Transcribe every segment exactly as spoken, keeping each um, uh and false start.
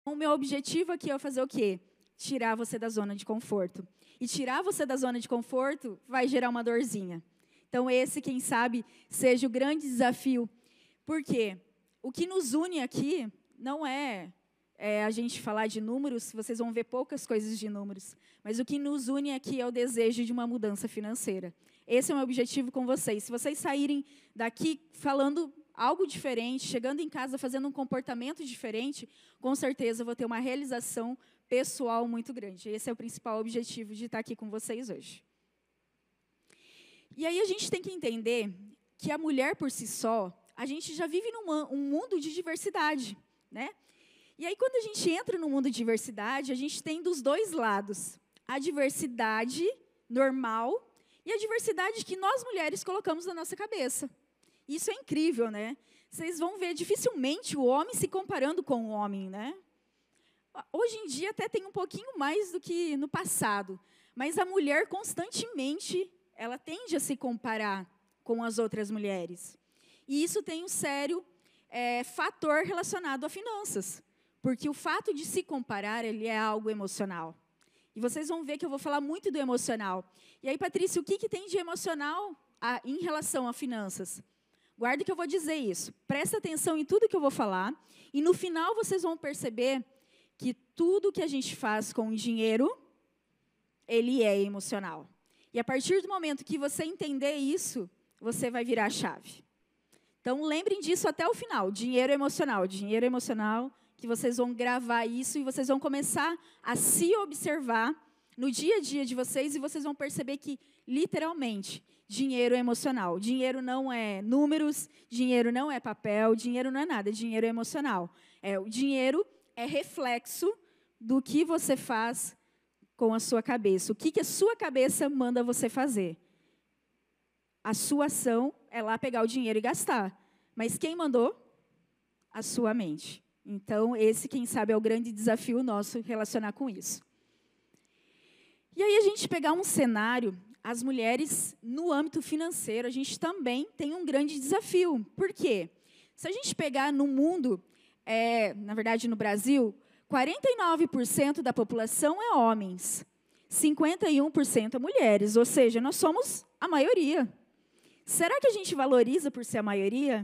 O meu objetivo aqui é fazer o quê? Tirar você da zona de conforto. E tirar você da zona de conforto vai gerar uma dorzinha. Então, esse, quem sabe, seja o grande desafio. Por quê? O que nos une aqui não é, é a gente falar de números, vocês vão ver poucas coisas de números, mas o que nos une aqui é o desejo de uma mudança financeira. Esse é o meu objetivo com vocês. Se vocês saírem daqui falando algo diferente, chegando em casa fazendo um comportamento diferente, com certeza eu vou ter uma realização pessoal muito grande. Esse é o principal objetivo de estar aqui com vocês hoje. E aí a gente tem que entender que a mulher por si só, a gente já vive num um mundo de diversidade, né? E aí quando a gente entra no mundo de diversidade, a gente tem dos dois lados, a diversidade normal e a diversidade que nós mulheres colocamos na nossa cabeça. Isso é incrível, né? Vocês vão ver dificilmente o homem se comparando com o homem, né? Hoje em dia até tem um pouquinho mais do que no passado, mas a mulher constantemente, ela tende a se comparar com as outras mulheres. E isso tem um sério é, fator relacionado a finanças, porque o fato de se comparar, ele é algo emocional. E vocês vão ver que eu vou falar muito do emocional. E aí, Patrícia, o que, que tem de emocional a, em relação a finanças? Guarde que eu vou dizer isso. Presta atenção em tudo que eu vou falar. E no final vocês vão perceber que tudo que a gente faz com o dinheiro, ele é emocional. E a partir do momento que você entender isso, você vai virar a chave. Então, lembrem disso até o final. Dinheiro emocional. Dinheiro emocional, que vocês vão gravar isso e vocês vão começar a se observar no dia a dia de vocês e vocês vão perceber que, literalmente, dinheiro é emocional. Dinheiro não é números, dinheiro não é papel, dinheiro não é nada, dinheiro é emocional. É, o dinheiro é reflexo do que você faz com a sua cabeça. O que, que a sua cabeça manda você fazer? A sua ação é lá pegar o dinheiro e gastar. Mas quem mandou? A sua mente. Então, esse, quem sabe, é o grande desafio nosso relacionar com isso. E aí, a gente pegar um cenário, as mulheres, no âmbito financeiro, a gente também tem um grande desafio. Por quê? Se a gente pegar no mundo, é, na verdade, no Brasil, quarenta e nove por cento da população é homens, cinquenta e um por cento é mulheres, ou seja, nós somos a maioria. Será que a gente valoriza por ser a maioria?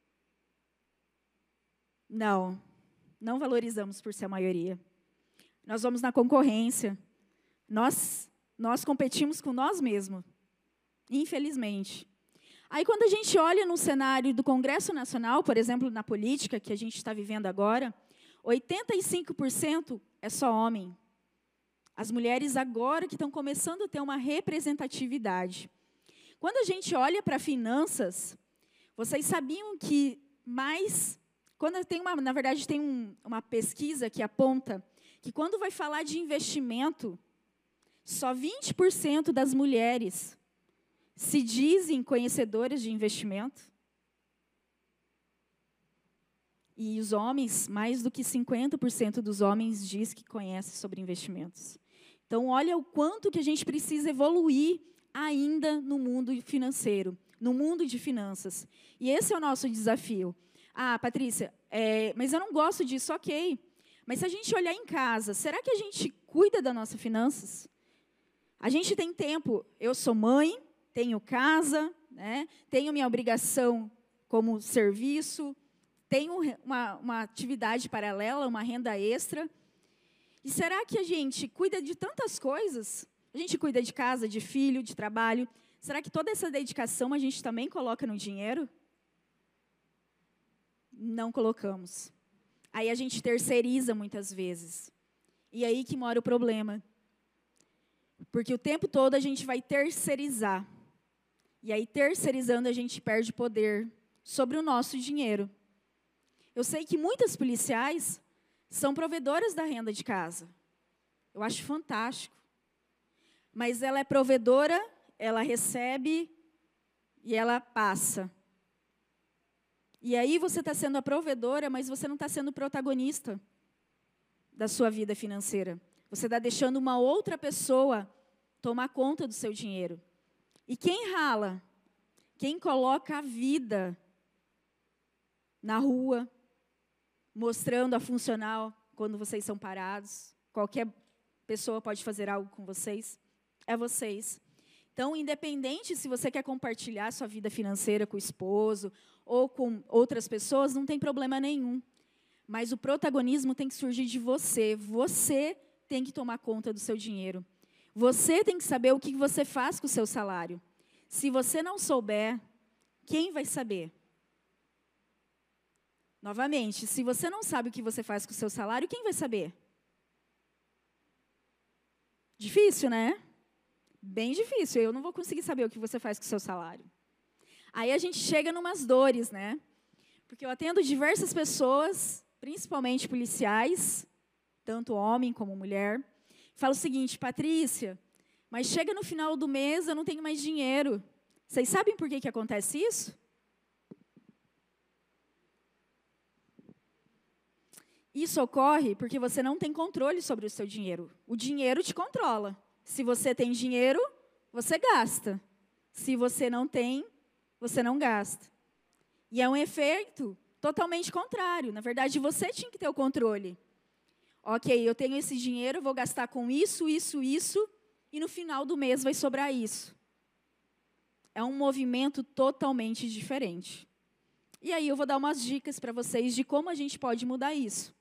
Não, não valorizamos por ser a maioria. Nós vamos na concorrência. Nós, nós competimos com nós mesmos, infelizmente. Aí, quando a gente olha no cenário do Congresso Nacional, por exemplo, na política que a gente está vivendo agora, oitenta e cinco por cento é só homem. As mulheres agora que estão começando a ter uma representatividade. Quando a gente olha para finanças, vocês sabiam que mais... Quando tem uma, na verdade, tem um, uma pesquisa que aponta que quando vai falar de investimento, só vinte por cento das mulheres se dizem conhecedoras de investimento. E os homens, mais do que cinquenta por cento dos homens diz que conhece sobre investimentos. Então, olha o quanto que a gente precisa evoluir ainda no mundo financeiro, no mundo de finanças. E esse é o nosso desafio. Ah, Patrícia, é, mas eu não gosto disso, ok. Mas se a gente olhar em casa, será que a gente cuida das nossas finanças? A gente tem tempo, eu sou mãe, tenho casa, né, tenho minha obrigação como serviço, tenho uma, uma atividade paralela, uma renda extra. E será que a gente cuida de tantas coisas? A gente cuida de casa, de filho, de trabalho. Será que toda essa dedicação a gente também coloca no dinheiro? Não colocamos. Aí a gente terceiriza muitas vezes. E aí que mora o problema. Porque o tempo todo a gente vai terceirizar. E aí, terceirizando, a gente perde poder sobre o nosso dinheiro. Eu sei que muitas policiais são provedoras da renda de casa. Eu acho fantástico. Mas ela é provedora, ela recebe e ela passa. E aí você está sendo a provedora, mas você não está sendo protagonista da sua vida financeira. Você está deixando uma outra pessoa tomar conta do seu dinheiro. E quem rala? Quem coloca a vida na rua, mostrando a funcional quando vocês são parados. Qualquer pessoa pode fazer algo com vocês. É vocês. Então, independente se você quer compartilhar sua vida financeira com o esposo ou com outras pessoas, não tem problema nenhum. Mas o protagonismo tem que surgir de você. Você tem que tomar conta do seu dinheiro. Você tem que saber o que você faz com o seu salário. Se você não souber, quem vai saber? Novamente, se você não sabe o que você faz com o seu salário, quem vai saber? Difícil, né? Bem difícil. Eu não vou conseguir saber o que você faz com o seu salário. Aí a gente chega numas dores, né? Porque eu atendo diversas pessoas, principalmente policiais, tanto homem como mulher. Falo o seguinte: Patrícia, mas chega no final do mês, eu não tenho mais dinheiro. Vocês sabem por que que acontece isso? Isso ocorre porque você não tem controle sobre o seu dinheiro. O dinheiro te controla. Se você tem dinheiro, você gasta. Se você não tem, você não gasta. E é um efeito totalmente contrário. Na verdade, você tinha que ter o controle. Ok, eu tenho esse dinheiro, eu vou gastar com isso, isso, isso, e no final do mês vai sobrar isso. É um movimento totalmente diferente. E aí eu vou dar umas dicas para vocês de como a gente pode mudar isso.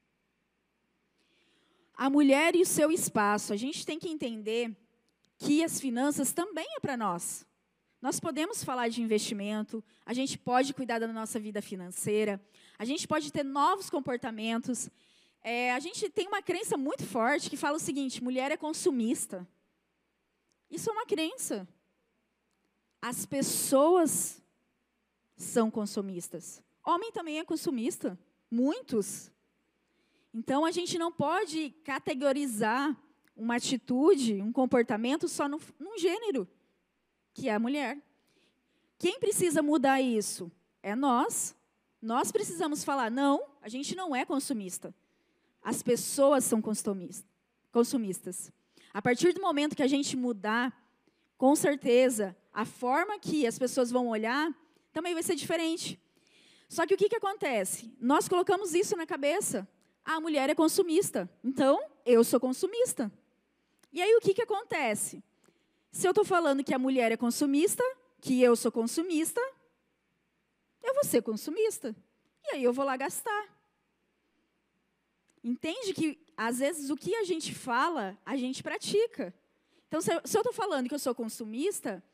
A mulher e o seu espaço. A gente tem que entender que as finanças também é para nós. Nós podemos falar de investimento, a gente pode cuidar da nossa vida financeira, a gente pode ter novos comportamentos. É, a gente tem uma crença muito forte que fala o seguinte: mulher é consumista. Isso é uma crença. As pessoas são consumistas. Homem também é consumista. Muitos. Então, a gente não pode categorizar uma atitude, um comportamento só no, num gênero, que é a mulher. Quem precisa mudar isso? É nós. Nós precisamos falar: não, a gente não é consumista. As pessoas são consumistas. A partir do momento que a gente mudar, com certeza, a forma que as pessoas vão olhar também vai ser diferente. Só que o que, que acontece? Nós colocamos isso na cabeça. A mulher é consumista, então eu sou consumista. E aí o que, que acontece? Se eu estou falando que a mulher é consumista, que eu sou consumista, eu vou ser consumista. E aí eu vou lá gastar. Entende que, às vezes, o que a gente fala, a gente pratica. Então, se eu estou falando que eu sou consumista,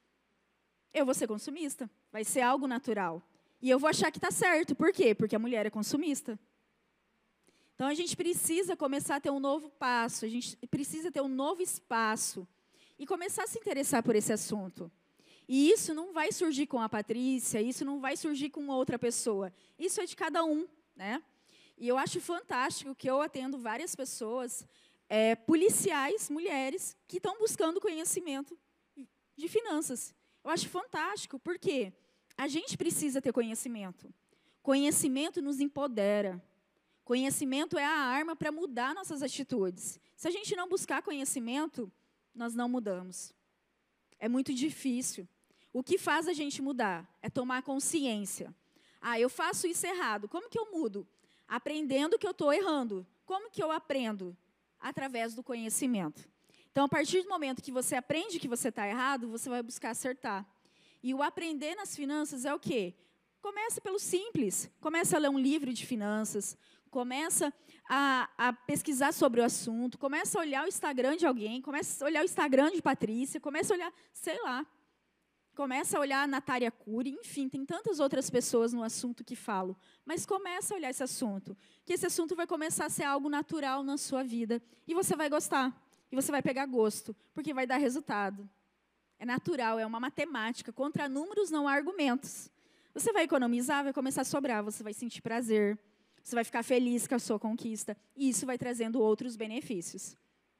eu vou ser consumista. Vai ser algo natural. E eu vou achar que está certo. Por quê? Porque a mulher é consumista. Então, a gente precisa começar a ter um novo passo, a gente precisa ter um novo espaço e começar a se interessar por esse assunto. E isso não vai surgir com a Patrícia, isso não vai surgir com outra pessoa. Isso é de cada um, né? E eu acho fantástico que eu atendo várias pessoas, é, policiais, mulheres, que estão buscando conhecimento de finanças. Eu acho fantástico, porque a gente precisa ter conhecimento. Conhecimento nos empodera. Conhecimento é a arma para mudar nossas atitudes. Se a gente não buscar conhecimento, nós não mudamos. É muito difícil. O que faz a gente mudar é tomar consciência. Ah, eu faço isso errado. Como que eu mudo? Aprendendo que eu estou errando. Como que eu aprendo? Através do conhecimento. Então, a partir do momento que você aprende que você está errado, você vai buscar acertar. E o aprender nas finanças é o quê? Começa pelo simples. Começa a ler um livro de finanças. Começa a, a pesquisar sobre o assunto, começa a olhar o Instagram de alguém, começa a olhar o Instagram de Patrícia, começa a olhar, sei lá, começa a olhar a Natália Cury, enfim, tem tantas outras pessoas no assunto que falam, mas começa a olhar esse assunto, que esse assunto vai começar a ser algo natural na sua vida, e você vai gostar, e você vai pegar gosto, porque vai dar resultado. É natural, é uma matemática, contra números não há argumentos. Você vai economizar, vai começar a sobrar, você vai sentir prazer, você vai ficar feliz com a sua conquista. E isso vai trazendo outros benefícios.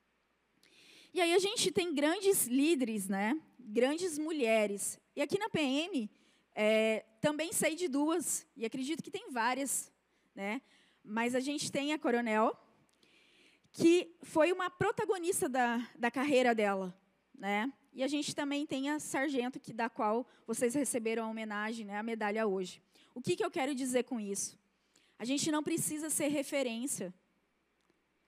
E aí a gente tem grandes líderes, né? Grandes mulheres. E aqui na P M, é, também sei de duas, e acredito que tem várias, né? Mas a gente tem a Coronel, que foi uma protagonista da, da carreira dela, né? E a gente também tem a Sargento, que, da qual vocês receberam a homenagem, né, a medalha hoje. O que, que eu quero dizer com isso? A gente não precisa ser referência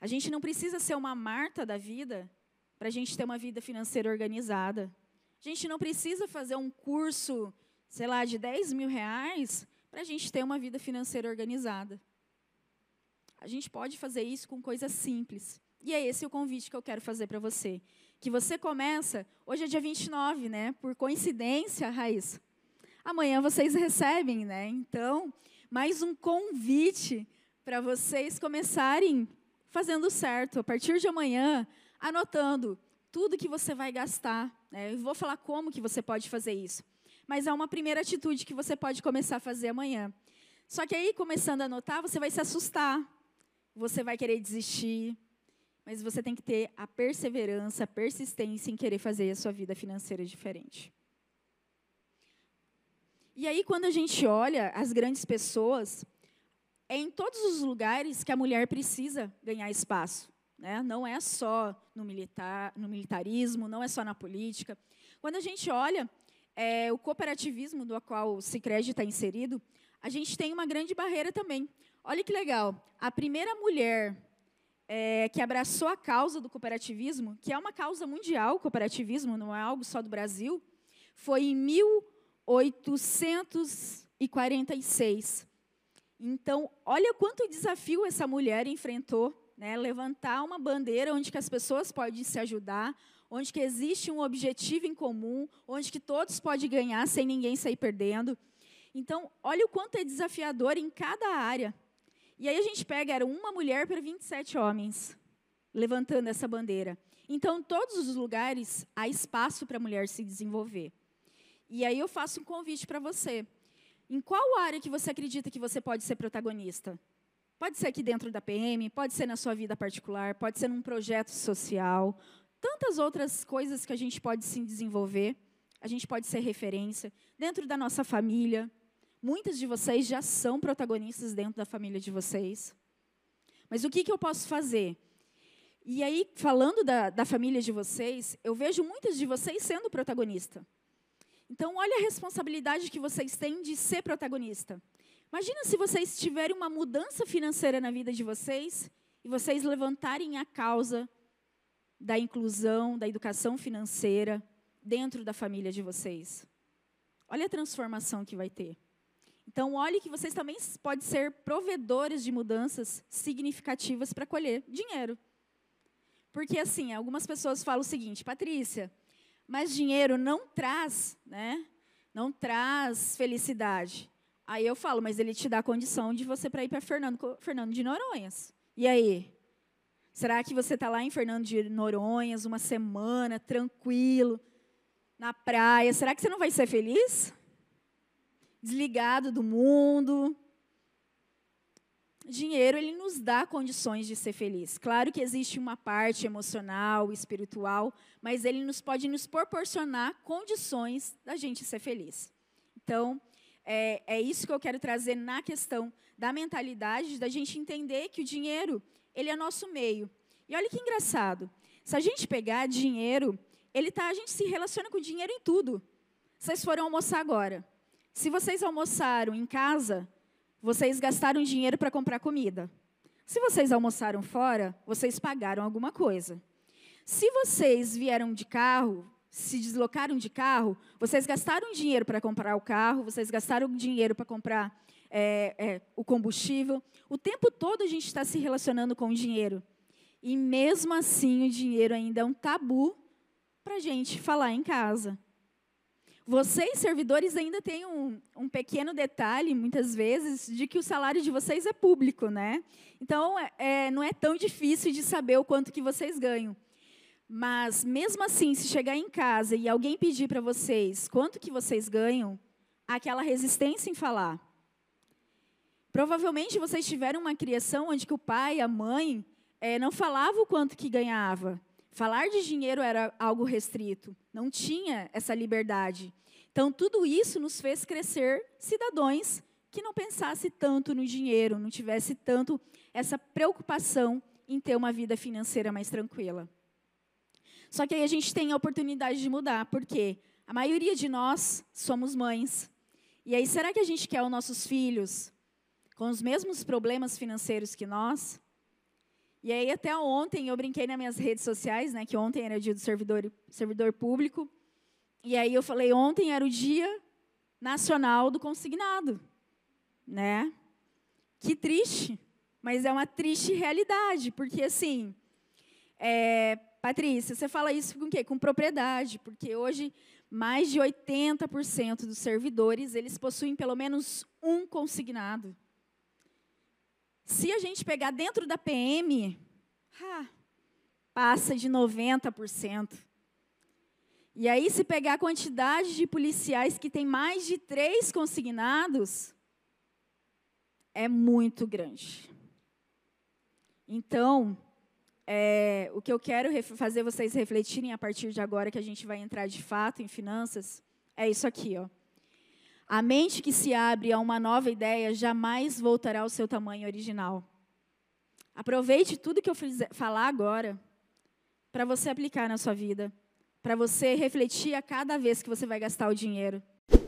A gente não precisa ser uma Marta da vida para a gente ter uma vida financeira organizada. A gente não precisa fazer um curso, sei lá, de dez mil reais para a gente ter uma vida financeira organizada. A gente pode fazer isso com coisas simples. E é esse o convite que eu quero fazer para você. Que você começa, hoje é dia vinte e nove, né? Por coincidência, Raíssa, amanhã vocês recebem, né? Então, mais um convite para vocês começarem fazendo certo. A partir de amanhã, anotando tudo que você vai gastar. Né? Eu vou falar como que você pode fazer isso. Mas é uma primeira atitude que você pode começar a fazer amanhã. Só que aí, começando a anotar, você vai se assustar. Você vai querer desistir. Mas você tem que ter a perseverança, a persistência em querer fazer a sua vida financeira diferente. E aí, quando a gente olha as grandes pessoas, é em todos os lugares que a mulher precisa ganhar espaço. Né? Não é só no, militar, no militarismo, não é só na política. Quando a gente olha é, o cooperativismo do qual o Sicredi está inserido, a gente tem uma grande barreira também. Olha que legal, a primeira mulher é, que abraçou a causa do cooperativismo, que é uma causa mundial, o cooperativismo, não é algo só do Brasil, foi em mil oitocentos e quarenta e seis. Então, olha quanto desafio essa mulher enfrentou, né? Levantar uma bandeira onde que as pessoas podem se ajudar, onde que existe um objetivo em comum, onde que todos podem ganhar sem ninguém sair perdendo. Então, olha o quanto é desafiador em cada área. E aí a gente pega, era uma mulher para vinte e sete homens, levantando essa bandeira. Então, em todos os lugares, há espaço para a mulher se desenvolver. E aí eu faço um convite para você. Em qual área que você acredita que você pode ser protagonista? Pode ser aqui dentro da P M, pode ser na sua vida particular, pode ser num projeto social. Tantas outras coisas que a gente pode se desenvolver. A gente pode ser referência. Dentro da nossa família. Muitas de vocês já são protagonistas dentro da família de vocês. Mas o que, que eu posso fazer? E aí, falando da, da família de vocês, eu vejo muitas de vocês sendo protagonista. Então, olha a responsabilidade que vocês têm de ser protagonista. Imagina se vocês tiverem uma mudança financeira na vida de vocês e vocês levantarem a causa da inclusão, da educação financeira dentro da família de vocês. Olha a transformação que vai ter. Então, olhe que vocês também podem ser provedores de mudanças significativas para colher dinheiro. Porque, assim, algumas pessoas falam o seguinte, Patrícia, mas dinheiro não traz, né? Não traz felicidade. Aí eu falo, mas ele te dá a condição de você para ir para Fernando, Fernando de Noronhas. E aí? Será que você está lá em Fernando de Noronhas, uma semana, tranquilo, na praia? Será que você não vai ser feliz? Desligado do mundo. Dinheiro, ele nos dá condições de ser feliz. Claro que existe uma parte emocional, espiritual, mas ele nos pode nos proporcionar condições da gente ser feliz. Então, é, é isso que eu quero trazer na questão da mentalidade, da gente entender que o dinheiro, ele é nosso meio. E olha que engraçado, se a gente pegar dinheiro, ele tá, a gente se relaciona com o dinheiro em tudo. Vocês foram almoçar agora. Se vocês almoçaram em casa, vocês gastaram dinheiro para comprar comida. Se vocês almoçaram fora, vocês pagaram alguma coisa. Se vocês vieram de carro, se deslocaram de carro, vocês gastaram dinheiro para comprar o carro, vocês gastaram dinheiro para comprar é, é, o combustível. O tempo todo a gente está se relacionando com o dinheiro. E mesmo assim o dinheiro ainda é um tabu para a gente falar em casa. Vocês, servidores, ainda têm um, um pequeno detalhe, muitas vezes, de que o salário de vocês é público, né? Então, é, não é tão difícil de saber o quanto que vocês ganham. Mas, mesmo assim, se chegar em casa e alguém pedir para vocês quanto que vocês ganham, há aquela resistência em falar. Provavelmente, vocês tiveram uma criação onde que o pai, a mãe, é, não falava o quanto que ganhava. Falar de dinheiro era algo restrito, não tinha essa liberdade. Então, tudo isso nos fez crescer cidadãos que não pensassem tanto no dinheiro, não tivesse tanto essa preocupação em ter uma vida financeira mais tranquila. Só que aí a gente tem a oportunidade de mudar, porque a maioria de nós somos mães. E aí, será que a gente quer os nossos filhos com os mesmos problemas financeiros que nós? E aí, até ontem, eu brinquei nas minhas redes sociais, né, que ontem era o dia do servidor, servidor público. E aí, eu falei, ontem era o dia nacional do consignado. Né? Que triste, mas é uma triste realidade, porque, assim, é, Patrícia, você fala isso com o quê? Com propriedade, porque hoje mais de oitenta por cento dos servidores, eles possuem pelo menos um consignado. Se a gente pegar dentro da P M, ah, passa de noventa por cento. E aí, se pegar a quantidade de policiais que tem mais de três consignados, é muito grande. Então, é, o que eu quero fazer vocês refletirem a partir de agora, que a gente vai entrar de fato em finanças, é isso aqui, ó. A mente que se abre a uma nova ideia jamais voltará ao seu tamanho original. Aproveite tudo que eu fizer, falar agora para você aplicar na sua vida, para você refletir a cada vez que você vai gastar o dinheiro.